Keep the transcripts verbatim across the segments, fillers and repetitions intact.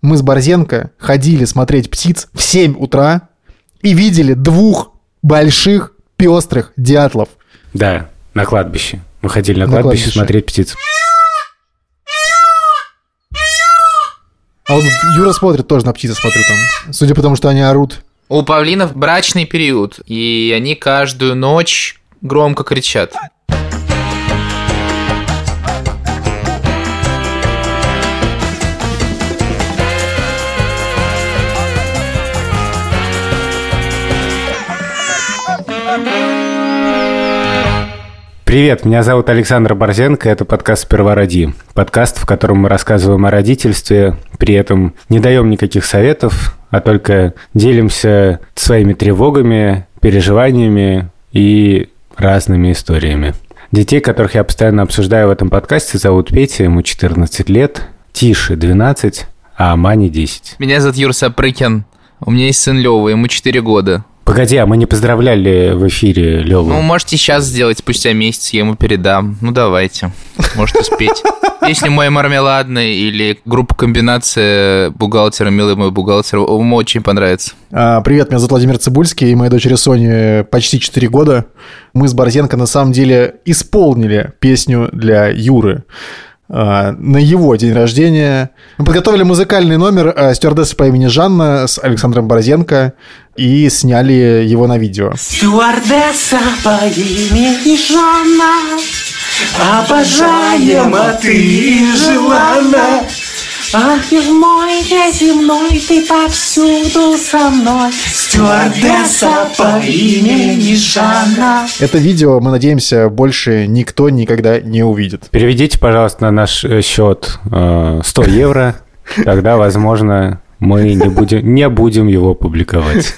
мы с Борзенко ходили смотреть птиц в семь утра и видели двух больших пестрых дятлов. Да, на кладбище. Мы ходили на, на кладбище, кладбище смотреть птиц. А вот Юра смотрит тоже на птиц, смотрю там. Судя по тому, что они орут. У павлинов брачный период, и они каждую ночь громко кричат. Привет, меня зовут Александр Борзенко, это подкаст «Сперва роди». Подкаст, в котором мы рассказываем о родительстве, при этом не даем никаких советов, а только делимся своими тревогами, переживаниями и разными историями. Детей, которых я постоянно обсуждаю в этом подкасте, зовут Петя, ему четырнадцать лет, Тише двенадцать, а Мане десять. Меня зовут Юр Сапрыкин, у меня есть сын Лёва, ему четыре года. Погоди, а мы не поздравляли в эфире Лёву? Ну, можете сейчас сделать, спустя месяц я ему передам. Ну, давайте, можете спеть. Песню «Мой мармеладный» или группа «Комбинация» бухгалтера, «Милый мой бухгалтер», ему очень понравится. А, привет, меня зовут Владимир Цибульский, и моей дочери Соне почти четыре года. Мы с Борзенко на самом деле исполнили песню для Юры на его день рождения. Мы подготовили музыкальный номер «Стюардесса по имени Жанна» с Александром Борзенко и сняли его на видео. Стюардесса по имени Жанна, обожаема ты и желанна. Ах, мой неземной, ты повсюду со мной. Стюардесса по имени Жанна. Это видео, мы надеемся, больше никто никогда не увидит. Переведите, пожалуйста, на наш счет сто евро, тогда, возможно, мы не будем, не будем его публиковать.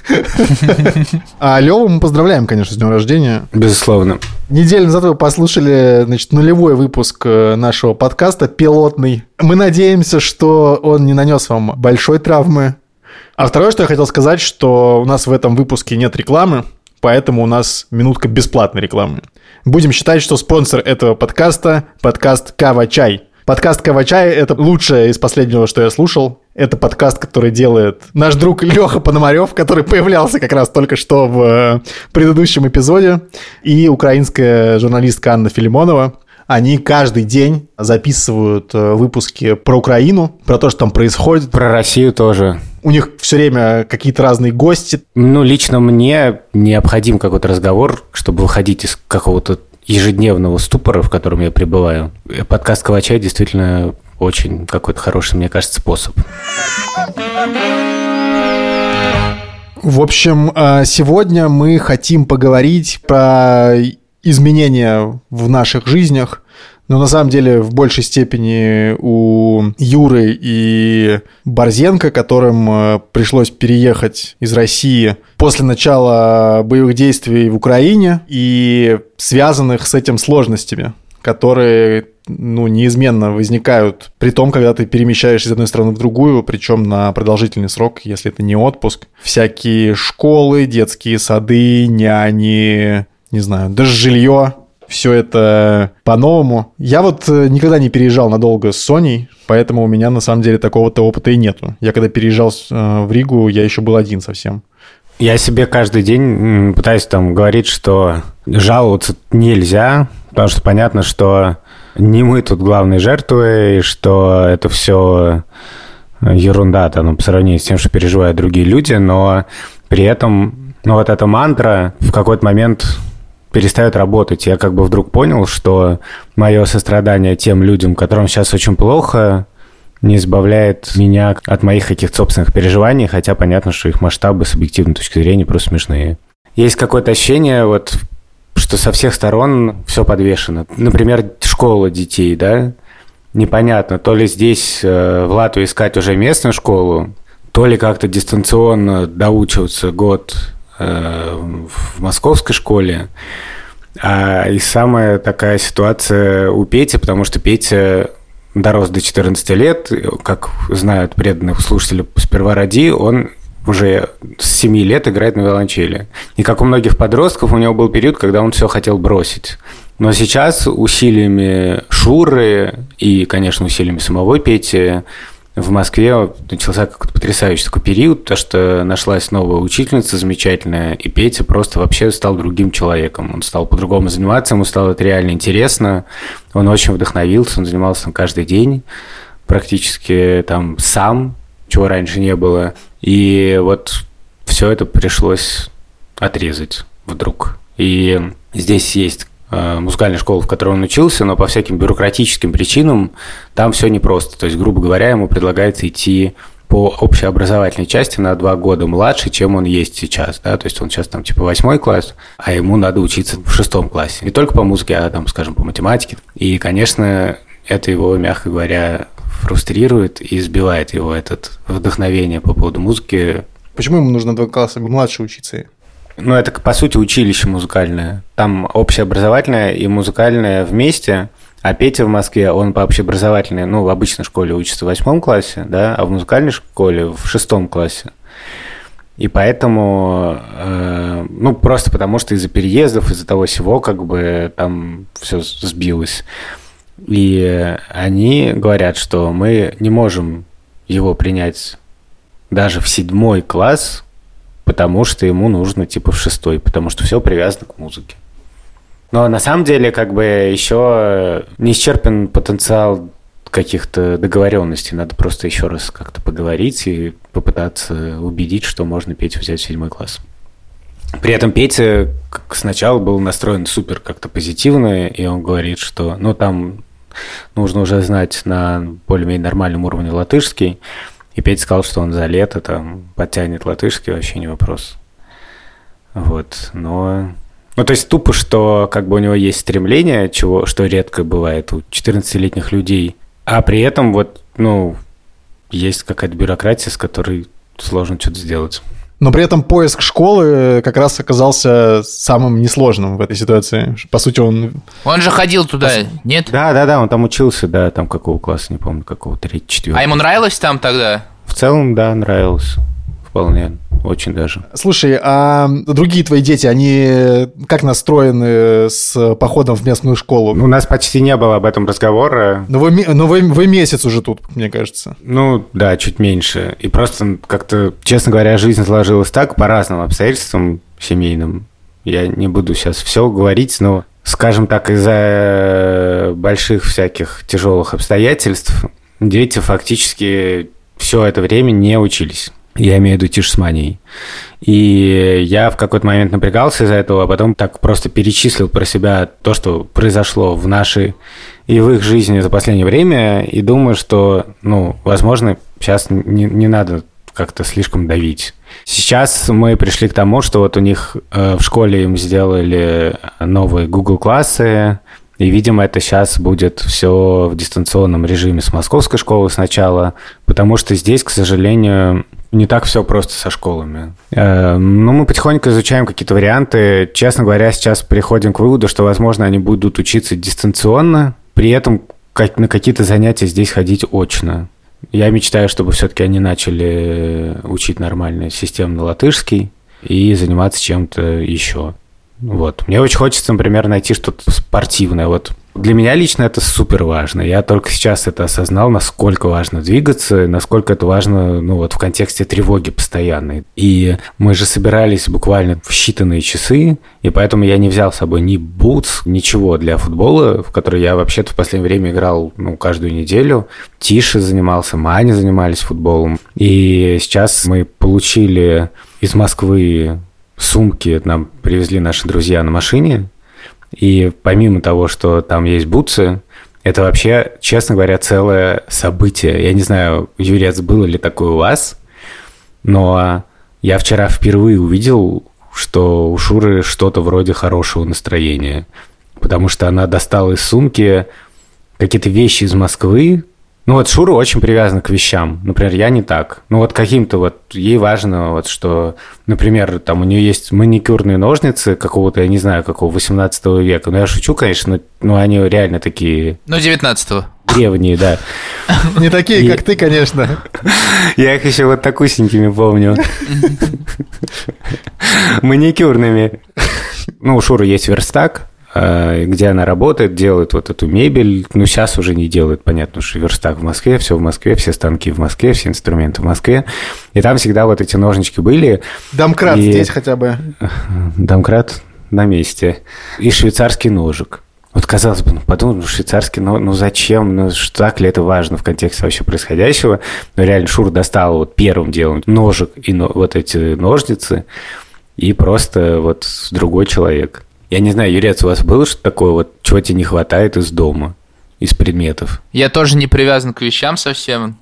А Лёву мы поздравляем, конечно, с днем рождения. Безусловно. Неделю назад вы послушали, значит, нулевой выпуск нашего подкаста, пилотный. Мы надеемся, что он не нанес вам большой травмы. А второе, что я хотел сказать, что у нас в этом выпуске нет рекламы, поэтому у нас минутка бесплатной рекламы. Будем считать, что спонсор этого подкаста – подкаст «Кава-чай». Подкаст «Кава-чай» — это лучшее из последнего, что я слушал. Это подкаст, который делает наш друг Леха Пономарев, который появлялся как раз только что в предыдущем эпизоде, и украинская журналистка Анна Филимонова. Они каждый день записывают выпуски про Украину, про то, что там происходит. Про Россию тоже. У них все время какие-то разные гости. Ну, лично мне необходим какой-то разговор, чтобы выходить из какого-то ежедневного ступора, в котором я пребываю. Подкаст «Кава-чай» действительно очень какой-то хороший, мне кажется, способ. В общем, сегодня мы хотим поговорить про изменения в наших жизнях, но на самом деле в большей степени у Юры и Борзенко, которым пришлось переехать из России после начала боевых действий в Украине и связанных с этим сложностями, которые, ну, неизменно возникают при том, когда ты перемещаешься из одной страны в другую, причем на продолжительный срок, если это не отпуск. Всякие школы, детские сады, няни, не знаю, даже жилье. Все это по-новому. Я вот никогда не переезжал надолго с Соней, поэтому у меня на самом деле такого-то опыта и нету. Я когда переезжал в Ригу, я еще был один совсем. Я себе каждый день пытаюсь там говорить, что жаловаться нельзя, потому что понятно, что не мы тут главные жертвы, и что это все ерунда там, по сравнению с тем, что переживают другие люди, но при этом, ну, вот эта мантра в какой-то момент перестает работать. Я как бы вдруг понял, что мое сострадание тем людям, которым сейчас очень плохо, не избавляет меня от моих каких-то собственных переживаний, хотя понятно, что их масштабы с объективной точки зрения просто смешные. Есть какое-то ощущение, вот, что со всех сторон все подвешено. Например, школа детей, да? Непонятно, то ли здесь, в Латвии, искать уже местную школу, то ли как-то дистанционно доучиваться год в московской школе. А и самая такая ситуация у Пети, потому что Петя дорос до четырнадцати лет, как знают преданных слушателей «Сперва роди», он уже с семи лет играет на виолончели. И как у многих подростков, у него был период, когда он все хотел бросить. Но сейчас усилиями Шуры и, конечно, усилиями самого Пети в Москве начался какой-то потрясающий такой период, то что нашлась новая учительница замечательная, и Петя просто вообще стал другим человеком. Он стал по-другому заниматься, ему стало это реально интересно, он очень вдохновился, он занимался там каждый день, практически там сам, чего раньше не было. И вот все это пришлось отрезать вдруг. И здесь есть музыкальная школа, в которой он учился, но по всяким бюрократическим причинам там все непросто. То есть, грубо говоря, ему предлагается идти по общеобразовательной части на два года младше, чем он есть сейчас. Да? То есть он сейчас там типа восьмой класс, а ему надо учиться в шестом классе. Не только по музыке, а там, скажем, по математике. И, конечно, это его, мягко говоря, фрустрирует и сбивает его этот вдохновение по поводу музыки. Почему ему нужно два класса младше учиться? Ну, это, по сути, училище музыкальное. Там общеобразовательное и музыкальное вместе. А Петя в Москве, он по общеобразовательной, ну, в обычной школе учится в восьмом классе, да, а в музыкальной школе в шестом классе. И поэтому, э, ну, просто потому что из-за переездов, из-за того всего, как бы там все сбилось. И они говорят, что мы не можем его принять даже в седьмой класс, потому что ему нужно типа в шестой, потому что все привязано к музыке. Но на самом деле как бы еще не исчерпан потенциал каких-то договоренностей. Надо просто еще раз как-то поговорить и попытаться убедить, что можно Петю взять в седьмой класс. При этом Петя сначала был настроен супер как-то позитивно, и он говорит, что ну там нужно уже знать на более-менее нормальном уровне латышский. И Петя сказал, что он за лето там подтянет латышский, вообще не вопрос. Вот, но... Ну, то есть тупо, что как бы у него есть стремление, чего, что редко бывает у четырнадцатилетних людей, а при этом вот, ну, есть какая-то бюрократия, с которой сложно что-то сделать. Но при этом поиск школы как раз оказался самым несложным в этой ситуации. По сути, он... Он же ходил туда, Пос... нет? Да-да-да, он там учился, да, там какого класса, не помню, какого, третий, четвертый. А ему нравилось там тогда? В целом, да, нравилось. Вполне, очень даже. Слушай, а другие твои дети, они как настроены с походом в местную школу? У нас почти не было об этом разговора. Но вы, но вы, вы месяц уже тут, мне кажется. Ну, да, чуть меньше. И просто как-то, честно говоря, жизнь сложилась так, по разным обстоятельствам семейным. Я не буду сейчас все говорить, но, скажем так, из-за больших всяких тяжелых обстоятельств дети фактически все это время не учились. Я имею в виду тишь с манией. И я в какой-то момент напрягался из-за этого, а потом так просто перечислил про себя то, что произошло в нашей и в их жизни за последнее время, и думаю, что, ну, возможно, сейчас не, не надо как-то слишком давить. Сейчас мы пришли к тому, что вот у них э, в школе им сделали новые Google-классы, и, видимо, это сейчас будет все в дистанционном режиме с московской школы сначала, потому что здесь, к сожалению, не так все просто со школами. Ну, мы потихоньку изучаем какие-то варианты. Честно говоря, сейчас приходим к выводу, что, возможно, они будут учиться дистанционно, при этом как на какие-то занятия здесь ходить очно. Я мечтаю, чтобы все-таки они начали учить нормально системно латышский и заниматься чем-то еще. Вот. Мне очень хочется, например, найти что-то спортивное. Вот для меня лично это супер важно. Я только сейчас это осознал, насколько важно двигаться, насколько это важно, ну, вот в контексте тревоги постоянной. И мы же собирались буквально в считанные часы, и поэтому я не взял с собой ни бутс, ничего для футбола, в который я вообще-то в последнее время играл, ну, каждую неделю. Тише занимался, Маня занимались футболом. И сейчас мы получили из Москвы сумки, нам привезли наши друзья на машине. И помимо того, что там есть бутсы, это вообще, честно говоря, целое событие. Я не знаю, Юрец, было ли такое у вас, но я вчера впервые увидел, что у Шуры что-то вроде хорошего настроения. Потому что она достала из сумки какие-то вещи из Москвы. Ну вот Шура очень привязана к вещам. Например, я не так. Ну вот каким-то вот ей важно, вот что, например, там у нее есть маникюрные ножницы какого-то, я не знаю, какого, восемнадцатого века. Ну я шучу, конечно, но они реально такие... Ну, девятнадцатого. Древние, да. Не такие, как ты, конечно. Я их еще вот такусенькими помню. Маникюрными. Ну, у Шуры есть верстак. где она работает, делает вот эту мебель. Ну, сейчас уже не делает, понятно, что верстак в Москве, все в Москве, все станки в Москве, все инструменты в Москве. И там всегда вот эти ножнички были. Домкрат и... здесь хотя бы. Домкрат на месте. И швейцарский ножик. Вот, казалось бы, ну, подумал, ну, швейцарский, ну, ну зачем, ну, что так ли это важно в контексте вообще происходящего? Но реально Шура достала вот первым делом ножик и но, вот эти ножницы, и просто вот другой человек. Я не знаю, Юрец, у вас было что-то такое, вот, чего тебе не хватает из дома, из предметов? Я тоже не привязан к вещам совсем,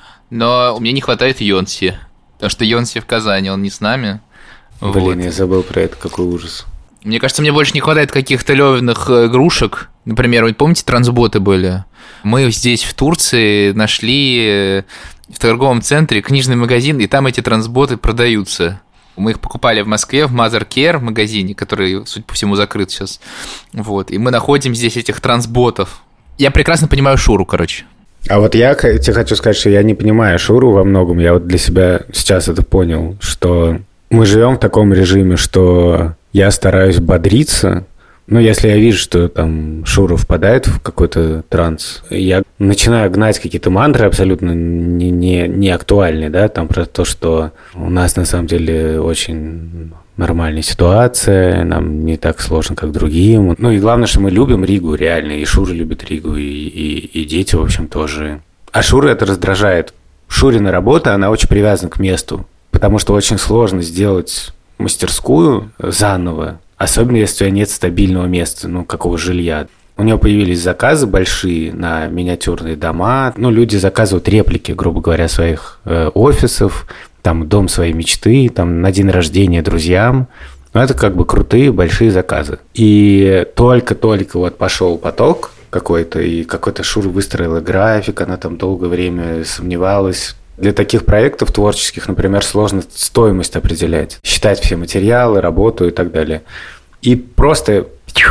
но мне не хватает Йонси, потому что Йонси в Казани, он не с нами. Блин, вот. Я забыл про это, какой ужас. Мне кажется, мне больше не хватает каких-то лёвиных игрушек. Например, вы помните, трансботы были? Мы здесь, в Турции, нашли в торговом центре книжный магазин, и там эти трансботы продаются. Мы их покупали в Москве, в Mother Care магазине, который, судя по всему, закрыт сейчас. Вот. И мы находим здесь этих трансботов. Я прекрасно понимаю Шуру, короче. А вот я тебе хочу сказать, что я не понимаю Шуру во многом. Я вот для себя сейчас это понял, что мы живем в таком режиме, что я стараюсь бодриться. Ну, если я вижу, что там Шура впадает в какой-то транс, я начинаю гнать какие-то мантры абсолютно не, не, не актуальные, да, там про то, что у нас на самом деле очень нормальная ситуация, нам не так сложно, как другим. Ну, и главное, что мы любим Ригу реально, и Шура любит Ригу, и, и, и дети, в общем, тоже. А Шура это раздражает. Шурина работа, она очень привязана к месту, потому что очень сложно сделать мастерскую заново, особенно если у тебя нет стабильного места, ну, какого жилья. У него появились заказы большие на миниатюрные дома. Ну, люди заказывают реплики, грубо говоря, своих э, офисов, там, дом своей мечты, там, на день рождения друзьям. Ну, это как бы крутые, большие заказы. И только-только вот пошел поток какой-то, и какой-то Шура выстроила график, она там долгое время сомневалась. Для таких проектов творческих, например, сложно стоимость определять, считать все материалы, работу и так далее. И просто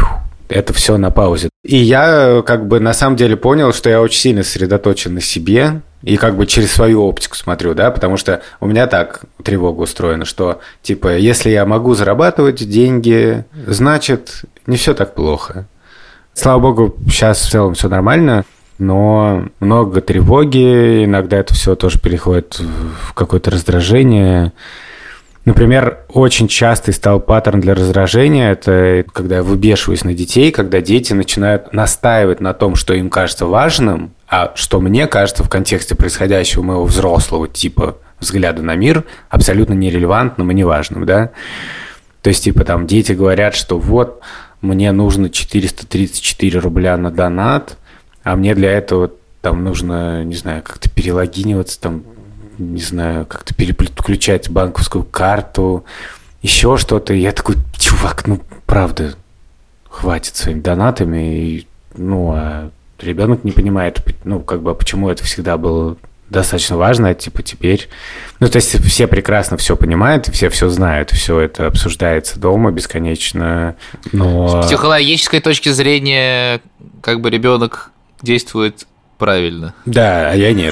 это все на паузе. И я как бы на самом деле понял, что я очень сильно сосредоточен на себе и как бы через свою оптику смотрю, да, потому что у меня так тревога устроена, что типа если я могу зарабатывать деньги, значит не все так плохо. Слава богу, сейчас в целом все нормально. Но много тревоги, иногда это все тоже переходит в какое-то раздражение. Например, очень частый стал паттерн для раздражения, это когда я выбешиваюсь на детей, когда дети начинают настаивать на том, что им кажется важным, а что мне кажется в контексте происходящего моего взрослого типа взгляда на мир абсолютно нерелевантным и неважным, да. То есть, типа, там дети говорят, что вот, мне нужно четыреста тридцать четыре рубля на донат, а мне для этого там нужно, не знаю, как-то перелогиниваться, там, не знаю, как-то переключать банковскую карту, еще что-то. И я такой, чувак, ну, правда, хватит своими донатами. И, ну, а ребенок не понимает, ну, как бы, почему это всегда было достаточно важно, а типа теперь... Ну, то есть все прекрасно все понимают, все все знают, все это обсуждается дома бесконечно, но... С психологической точки зрения, как бы ребенок действует правильно. Да, а я нет.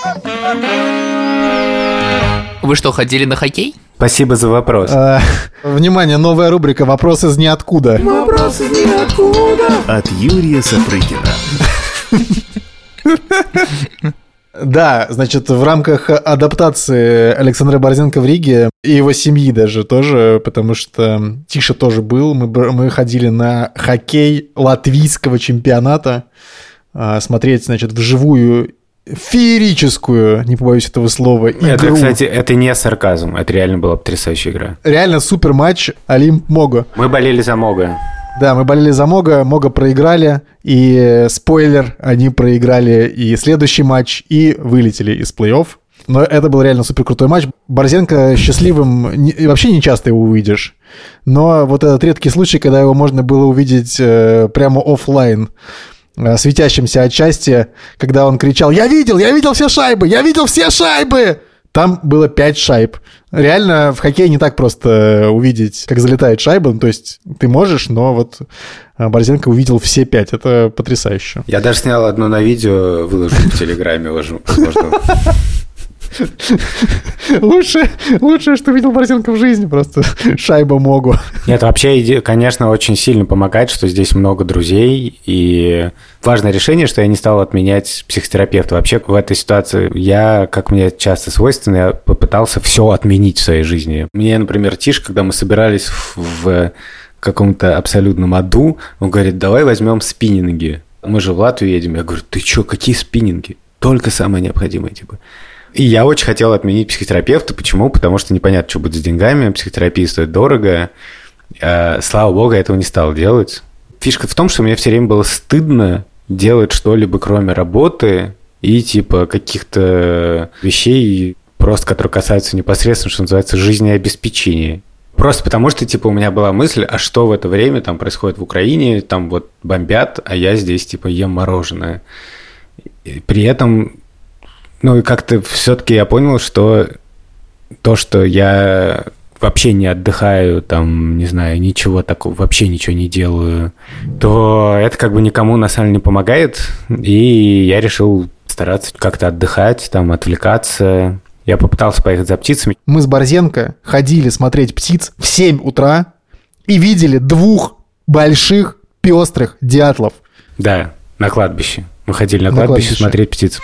Вы что, ходили на хоккей? Spасибо за вопрос. А, внимание, новая рубрика «Вопрос из ниоткуда». Вопрос из ниоткуда. От Юрия Сапрыкина. Да, значит, в рамках адаптации Александра Борзенко в Риге и его семьи даже тоже, потому что Тиша тоже был, мы, мы ходили на хоккей латвийского чемпионата, смотреть, значит, вживую феерическую, не побоюсь этого слова, игру. Это, кстати, это не сарказм, это реально была потрясающая игра. Реально супер матч Олимп-Мого. Мы болели за Мого. Да, мы болели за Мого, Мого проиграли, и спойлер, они проиграли и следующий матч, и вылетели из плей-офф. Но это был реально супер крутой матч. Борзенко счастливым не, вообще не часто его увидишь. Но вот этот редкий случай, когда его можно было увидеть э, прямо офлайн, э, светящимся от счастья, когда он кричал: «Я видел, я видел все шайбы, я видел все шайбы!» Там было пять шайб. Реально в хоккее не так просто увидеть, как залетает шайба. Ну, то есть ты можешь, но вот Борзенко увидел все пять. Это потрясающе. Я даже снял одно на видео, выложил в Телеграме, возможно. Лучше, лучшее, что видел Борзенко в жизни, просто шайба Могу. Нет, вообще, конечно, очень сильно помогает, что здесь много друзей, и важное решение, что я не стал отменять психотерапевта. Вообще в этой ситуации я, как мне часто свойственно, я попытался все отменить в своей жизни. Мне, например, Тиш, когда мы собирались в, в каком-то абсолютном аду, он говорит, давай возьмем спиннинги. Мы же в Латвию едем. Я говорю, ты что, какие спиннинги? Только самое необходимое, типа. И я очень хотел отменить психотерапевта. Почему? Потому что непонятно, что будет с деньгами. Психотерапия стоит дорого. Слава богу, я этого не стал делать. Фишка в том, что мне все время было стыдно делать что-либо, кроме работы и типа каких-то вещей, просто которые касаются непосредственно, что называется, жизнеобеспечения. Просто потому что, типа, у меня была мысль, а что в это время там происходит в Украине, там вот бомбят, а я здесь, типа, ем мороженое. И при этом, ну, и как-то все-таки я понял, что то, что я вообще не отдыхаю, там, не знаю, ничего такого, вообще ничего не делаю, то это как бы никому на самом деле не помогает, и я решил стараться как-то отдыхать, там, отвлекаться. Я попытался поехать за птицами. Мы с Борзенко ходили смотреть птиц в семь утра и видели двух больших пестрых дятлов. Да, на кладбище. Мы ходили на, на кладбище, кладбище смотреть птиц.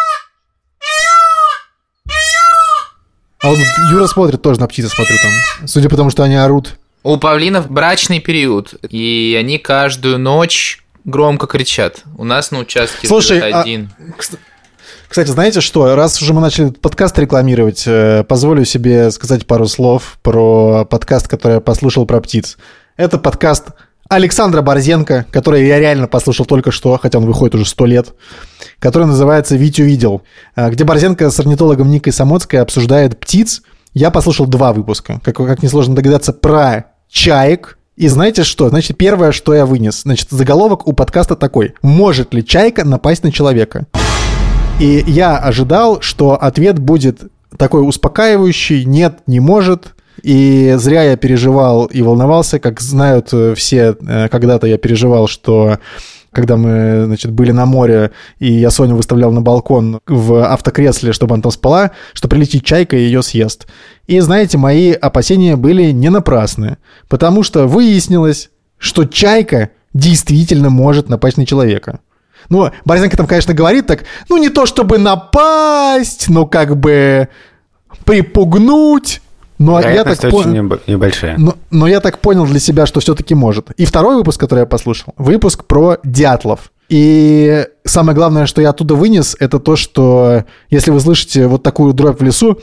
А вот Юра смотрит тоже на птиц, смотрю там. Судя по тому, что они орут. У павлинов брачный период, и они каждую ночь громко кричат. У нас на участке Слушай, один. А... Кстати, знаете что, раз уже мы начали этот подкаст рекламировать, позволю себе сказать пару слов про подкаст, который я послушал про птиц. Это подкаст Александра Борзенко, который я реально послушал только что, хотя он выходит уже сто лет, который называется «Витю видел», где Борзенко с орнитологом Никой Самоцкой обсуждает птиц. Я послушал два выпуска, как, как несложно догадаться, про чаек. И знаете что? Значит, первое, что я вынес. Значит, заголовок у подкаста такой: «Может ли чайка напасть на человека?» И я ожидал, что ответ будет такой успокаивающий: нет, не может. И зря я переживал и волновался, как знают все, когда-то я переживал, что когда мы, значит, были на море, и я Соню выставлял на балкон в автокресле, чтобы она там спала, что прилетит чайка и ее съест. И, знаете, мои опасения были не напрасны, потому что выяснилось, что чайка действительно может напасть на человека. Ну, Борзенко там, конечно, говорит так, ну, не то чтобы напасть, но как бы припугнуть. Но я так понял, небольшая. Но, но я так понял для себя, что все-таки может. И второй выпуск, который я послушал, выпуск про дятлов. И самое главное, что я оттуда вынес, это то, что если вы слышите вот такую дробь в лесу,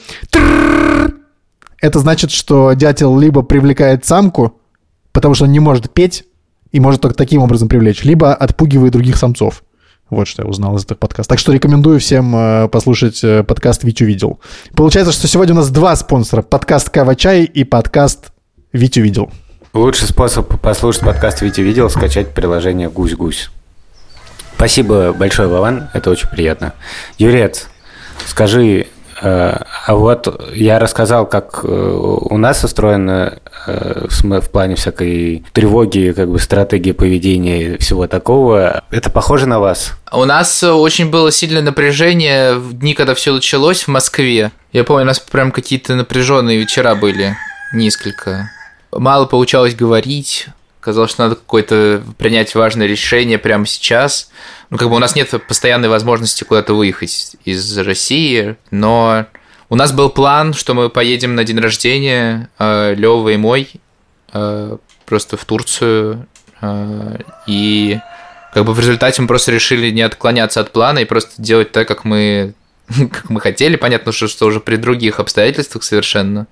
это значит, что дятел либо привлекает самку, потому что он не может петь, и может только таким образом привлечь, либо отпугивает других самцов. Вот что я узнал из этого подкаста. Так что рекомендую всем э, послушать э, подкаст «Витю видел». Получается, что сегодня у нас два спонсора. Подкаст «Кава Чай» и подкаст «Витю видел». Лучший способ послушать подкаст «Витю видел» — скачать приложение «Гусь-гусь». Спасибо большое, Вован. Это очень приятно. Юрец, скажи... А вот я рассказал, как у нас устроено в плане всякой тревоги, как бы стратегии поведения и всего такого. Это похоже на вас? У нас очень было сильное напряжение в дни, когда все началось в Москве. Я помню, у нас прям какие-то напряженные вечера были, несколько. Мало получалось говорить. Казалось, что надо какое-то принять важное решение прямо сейчас. Ну, как бы у нас нет постоянной возможности куда-то выехать из России, но у нас был план, что мы поедем на день рождения э, Лёвы и мой э, просто в Турцию, э, и как бы в результате мы просто решили не отклоняться от плана и просто делать так, как мы, как мы хотели. Понятно, что, что уже при других обстоятельствах совершенно.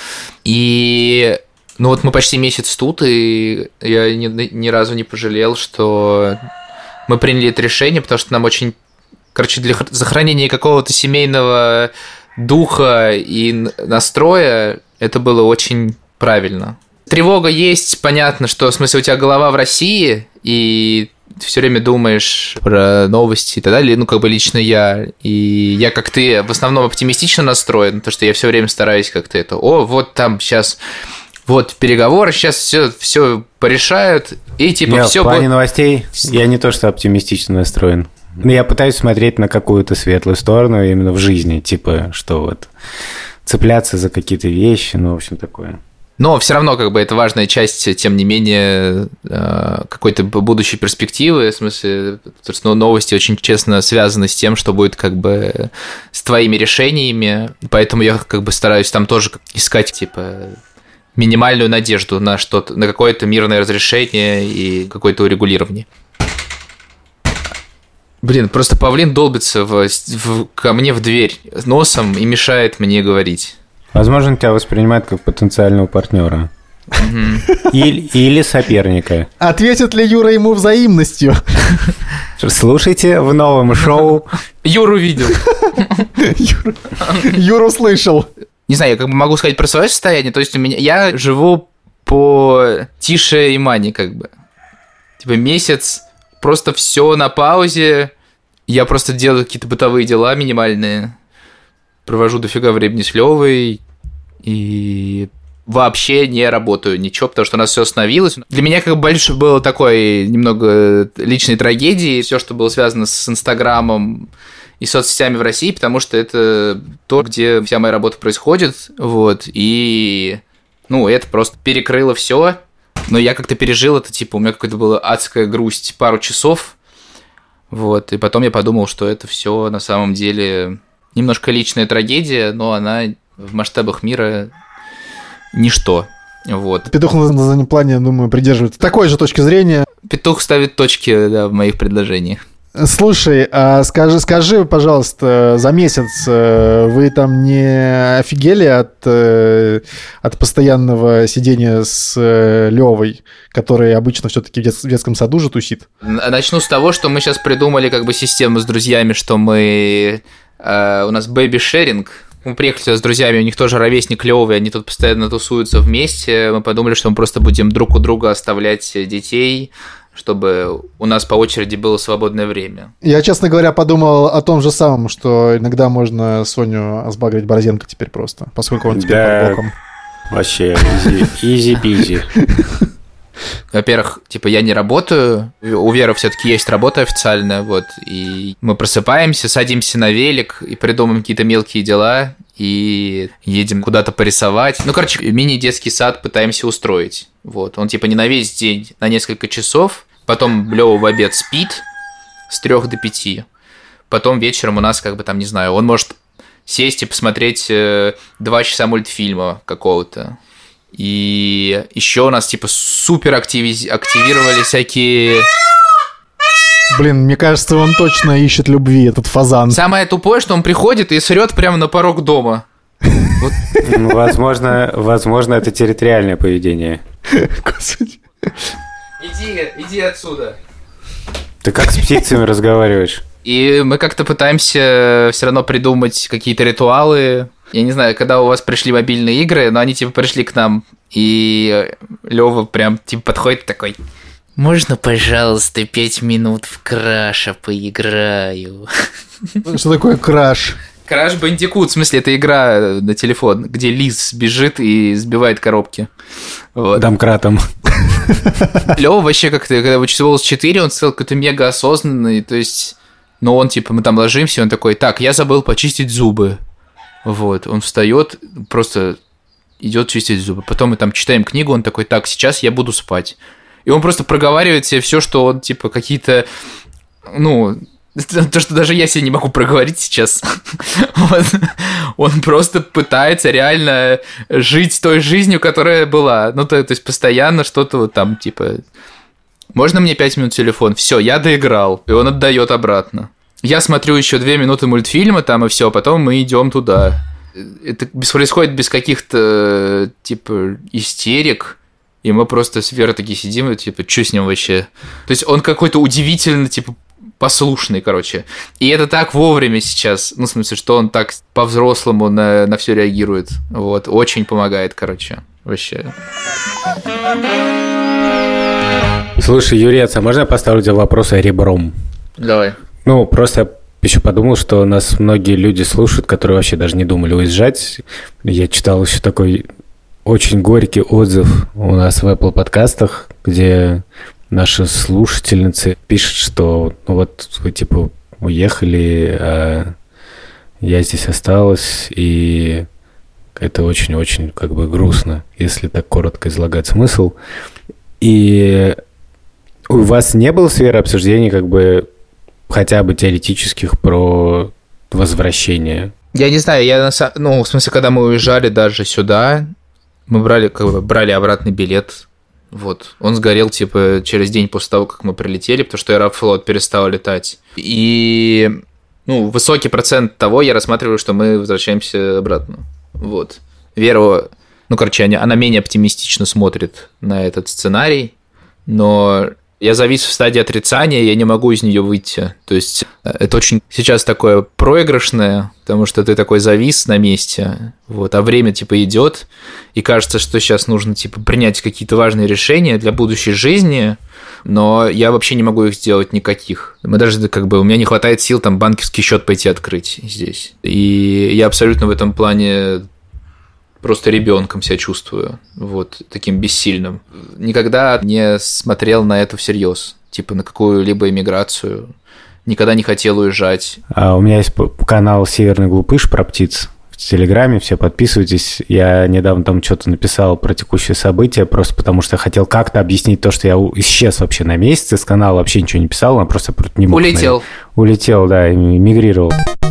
И... Ну вот мы почти месяц тут, и я ни, ни разу не пожалел, что мы приняли это решение, потому что нам очень... Короче, для сохранения какого-то семейного духа и настроя это было очень правильно. Тревога есть, понятно, что, в смысле, у тебя голова в России, и ты все время думаешь про новости и так далее, ну, как бы лично я, и я, как ты, в основном оптимистично настроен, потому что я все время стараюсь как-то это, о, вот там сейчас... Вот переговоры, сейчас все, все порешают, и типа Нет, все. В плане будет... новостей я не то что оптимистично настроен. Ну, я пытаюсь смотреть на какую-то светлую сторону именно в жизни, типа, что вот цепляться за какие-то вещи, ну, в общем, такое. Но все равно, как бы, это важная часть, тем не менее, какой-то будущей перспективы. В смысле, что новости очень честно связаны с тем, что будет, как бы, с твоими решениями. Поэтому я, как бы, стараюсь там тоже искать, типа, минимальную надежду на что-то, на какое-то мирное разрешение и какое-то урегулирование. Блин, просто павлин долбится в, в, ко мне в дверь носом и мешает мне говорить. Возможно, тебя воспринимают как потенциального партнера. Или, или соперника. Ответит ли Юра ему взаимностью? Слушайте в новом шоу. Юру видел. Юра, Юру слышал. Не знаю, я как бы могу сказать про свое состояние. То есть у меня я живу по тише и мани, как бы. Типа месяц, просто все на паузе. Я просто делаю какие-то бытовые дела минимальные. Провожу дофига времени с Лёвой. И вообще не работаю ничего, потому что у нас все остановилось. Для меня как бы больше было такой немного личной трагедии. Все, что было связано с Инстаграмом и соцсетями в России, потому что это то, где вся моя работа происходит. Вот. И, ну, это просто перекрыло все. Но я как-то пережил это, типа, у меня какая-то была адская грусть пару часов. Вот. И потом я подумал, что это все на самом деле немножко личная трагедия, но она в масштабах мира ничто. Вот. Петух на заднем плане, думаю, придерживается такой же точки зрения. Петух ставит точки, да, в моих предложениях. Слушай, а скажи, скажи, пожалуйста, за месяц вы там не офигели от, от постоянного сидения с Левой, который обычно все-таки в детском саду же тусит? Начну с того, что мы сейчас придумали как бы систему с друзьями, что мы... Uh, у нас бэби-шеринг. Мы приехали сюда с друзьями, у них тоже ровесник Лёвы, они тут постоянно тусуются вместе. Мы подумали, что мы просто будем друг у друга оставлять детей, чтобы у нас по очереди было свободное время. Я, честно говоря, подумал о том же самом, что иногда можно Соню сбагрить Борзенко теперь просто, поскольку он теперь да, под боком. Вообще, изи-пизи. Во-первых, типа, я не работаю, у Веры все-таки есть работа официальная, вот, и мы просыпаемся, садимся на велик и придумываем какие-то мелкие дела, и едем куда-то порисовать. Ну, короче, мини-детский сад пытаемся устроить, вот. Он, типа, не на весь день, на несколько часов, потом Лёва в обед спит с трех до пяти, потом вечером у нас, как бы, там, не знаю, он может сесть и посмотреть э, два часа мультфильма какого-то. И еще у нас, типа, супер активи... активировали всякие... Блин, мне кажется, он точно ищет любви, этот фазан. Самое тупое, что он приходит и срет прямо на порог дома. Вот. Ну, возможно, возможно, это территориальное поведение. Господи. Иди, иди отсюда. Ты как с птицами разговариваешь? И мы как-то пытаемся все равно придумать какие-то ритуалы. Я не знаю, когда у вас пришли мобильные игры, но они типа пришли к нам, и Лёва прям типа подходит такой: можно, пожалуйста, пять минут в Краша поиграю? Что такое Краш? Краш Бандикут, в смысле, это игра на телефон, где лис бежит и сбивает коробки. Вот. Домкратом. Лёва вообще как-то, когда вычислилось четыре, он стал какой-то мега осознанный, то есть, ну он типа, мы там ложимся, он такой: так, я забыл почистить зубы. Вот, он встает, просто идет чистить зубы. Потом мы там читаем книгу, он такой: так, сейчас я буду спать. И он просто проговаривает себе все, что он, типа, какие-то, ну, то, что даже я себе не могу проговорить сейчас. Вот. Он просто пытается реально жить той жизнью, которая была. Ну, то, то есть, постоянно что-то вот там, типа, можно мне пять минут телефон? Все, я доиграл. И он отдает обратно. Я смотрю еще две минуты мультфильма там, и все, потом мы идем туда. Это происходит без каких-то, типа, истерик. И мы просто с Верой такие сидим, и типа, что с ним вообще? То есть он какой-то удивительно, типа, послушный, короче. И это так вовремя сейчас. Ну, в смысле, что он так по-взрослому на, на все реагирует. Вот, очень помогает, короче. Вообще. Слушай, Юрец, а можно я поставлю тебе вопрос о ребром? Давай. Ну, просто я еще подумал, что нас многие люди слушают, которые вообще даже не думали уезжать. Я читал еще такой очень горький отзыв у нас в Apple подкастах, где наши слушательницы пишут, что ну вот вы, типа, уехали, а я здесь осталась, и это очень-очень как бы грустно, если так коротко излагать смысл. И у вас не было сферы обсуждений как бы хотя бы теоретических про возвращение? Я не знаю, я на самом... Ну, в смысле, когда мы уезжали даже сюда, мы брали, как бы, брали обратный билет. Вот. Он сгорел, типа, через день после того, как мы прилетели, потому что Аэрофлот перестал летать. И, ну, высокий процент того я рассматриваю, что мы возвращаемся обратно. Вот. Вера, ну, короче, она менее оптимистично смотрит на этот сценарий, но я завис в стадии отрицания, я не могу из нее выйти. То есть это очень сейчас такое проигрышное, потому что ты такой завис на месте, вот, а время типа идет, и кажется, что сейчас нужно типа принять какие-то важные решения для будущей жизни, но я вообще не могу их сделать никаких. Мы даже как бы у меня не хватает сил там банковский счет пойти открыть здесь. И я абсолютно в этом плане просто ребенком себя чувствую, вот, таким бессильным. Никогда не смотрел на это всерьез, типа на какую-либо эмиграцию, никогда не хотел уезжать. А у меня есть канал «Северный глупыш» про птиц в Телеграме, все подписывайтесь. Я недавно там что-то написал про текущие события, просто потому что хотел как-то объяснить то, что я исчез вообще на месяц, с канала вообще ничего не писал, он просто не мог. Улетел. Улетел, да, мигрировал.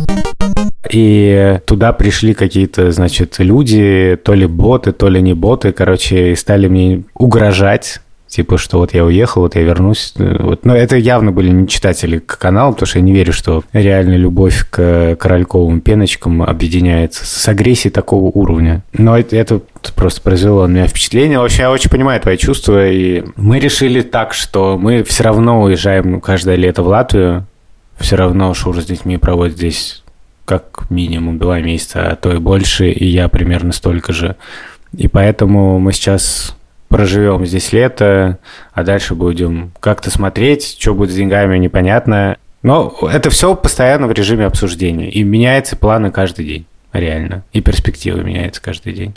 И туда пришли какие-то, значит, люди, то ли боты, то ли не боты, короче, и стали мне угрожать, типа, что вот я уехал, вот я вернусь. Вот. Но это явно были не читатели канала, потому что я не верю, что реальная любовь к корольковым пеночкам объединяется с агрессией такого уровня. Но это, это просто произвело на меня впечатление. Вообще, я очень понимаю твои чувства, и мы решили так, что мы все равно уезжаем каждое лето в Латвию, все равно Шура с детьми проводит здесь как минимум два месяца, а то и больше, и я примерно столько же. И поэтому мы сейчас проживем здесь лето, а дальше будем как-то смотреть, что будет с деньгами, непонятно. Но это все постоянно в режиме обсуждения. И меняются планы каждый день, реально. И перспективы меняются каждый день.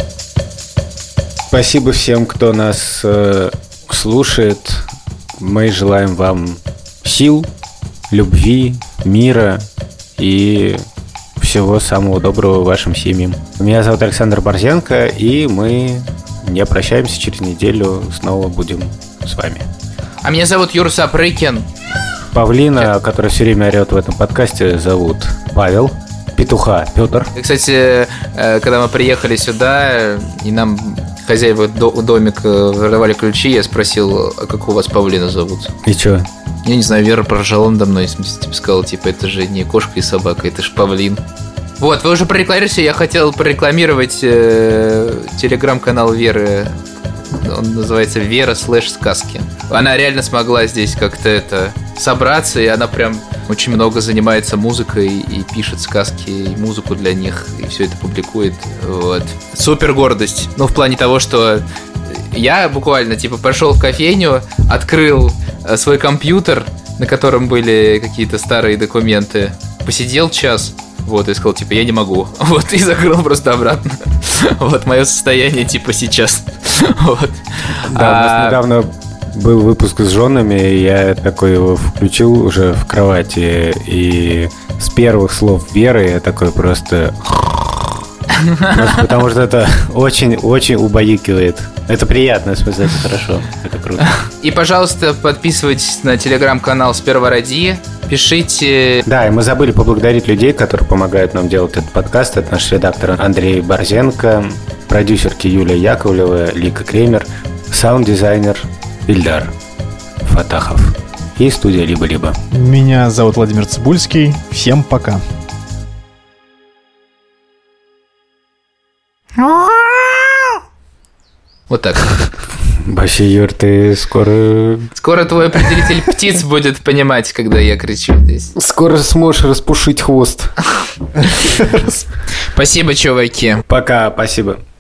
Спасибо всем, кто нас э, слушает. Мы желаем вам сил, любви, мира и всего самого доброго вашим семьям. Меня зовут Александр Борзенко, и мы не прощаемся. Через неделю снова будем с вами. А меня зовут Юра Сапрыкин. Павлина, которая все время орет в этом подкасте, зовут Павел. Петуха Петр. Кстати, когда мы приехали сюда, и нам хозяева домика выдавали ключи, я спросил, а как у вас Павлина зовут? И чё? Я не знаю, Вера проржала надо мной, типа, сказала, типа, это же не кошка и собака, это же павлин. Вот, вы уже прорекламировали, я хотел прорекламировать э, телеграм-канал Веры. Он называется Вера слэш сказки. Она реально смогла здесь как-то это собраться, и она прям очень много занимается музыкой и пишет сказки, и музыку для них, и все это публикует. Вот. Супер гордость. Ну, в плане того, что я буквально, типа, пошел в кофейню, открыл свой компьютер, на котором были какие-то старые документы, посидел час, вот, и сказал, типа, я не могу. Вот, и закрыл просто обратно. Вот, мое состояние, типа, сейчас. Вот. Да, у нас недавно был выпуск с женами, и я такой его включил уже в кровати, и с первых слов Веры я такой просто... Просто потому что это очень-очень убаюкивает. Это приятно, в смысле, это хорошо, это круто. И, пожалуйста, подписывайтесь на телеграм-канал «Сперва ради», пишите... Да, и мы забыли поблагодарить людей, которые помогают нам делать этот подкаст. Это наш редактор Андрей Борзенко, продюсерки Юлия Яковлева, Лика Кремер, саунд-дизайнер Ильдар Фатахов и студия «Либо-либо». Меня зовут Владимир Цибульский. Всем пока. Вот так. Вообще, Юр, ты скоро... Скоро твой определитель птиц будет понимать, когда я кричу здесь. Скоро сможешь распушить хвост. Спасибо, чуваки. Пока, спасибо.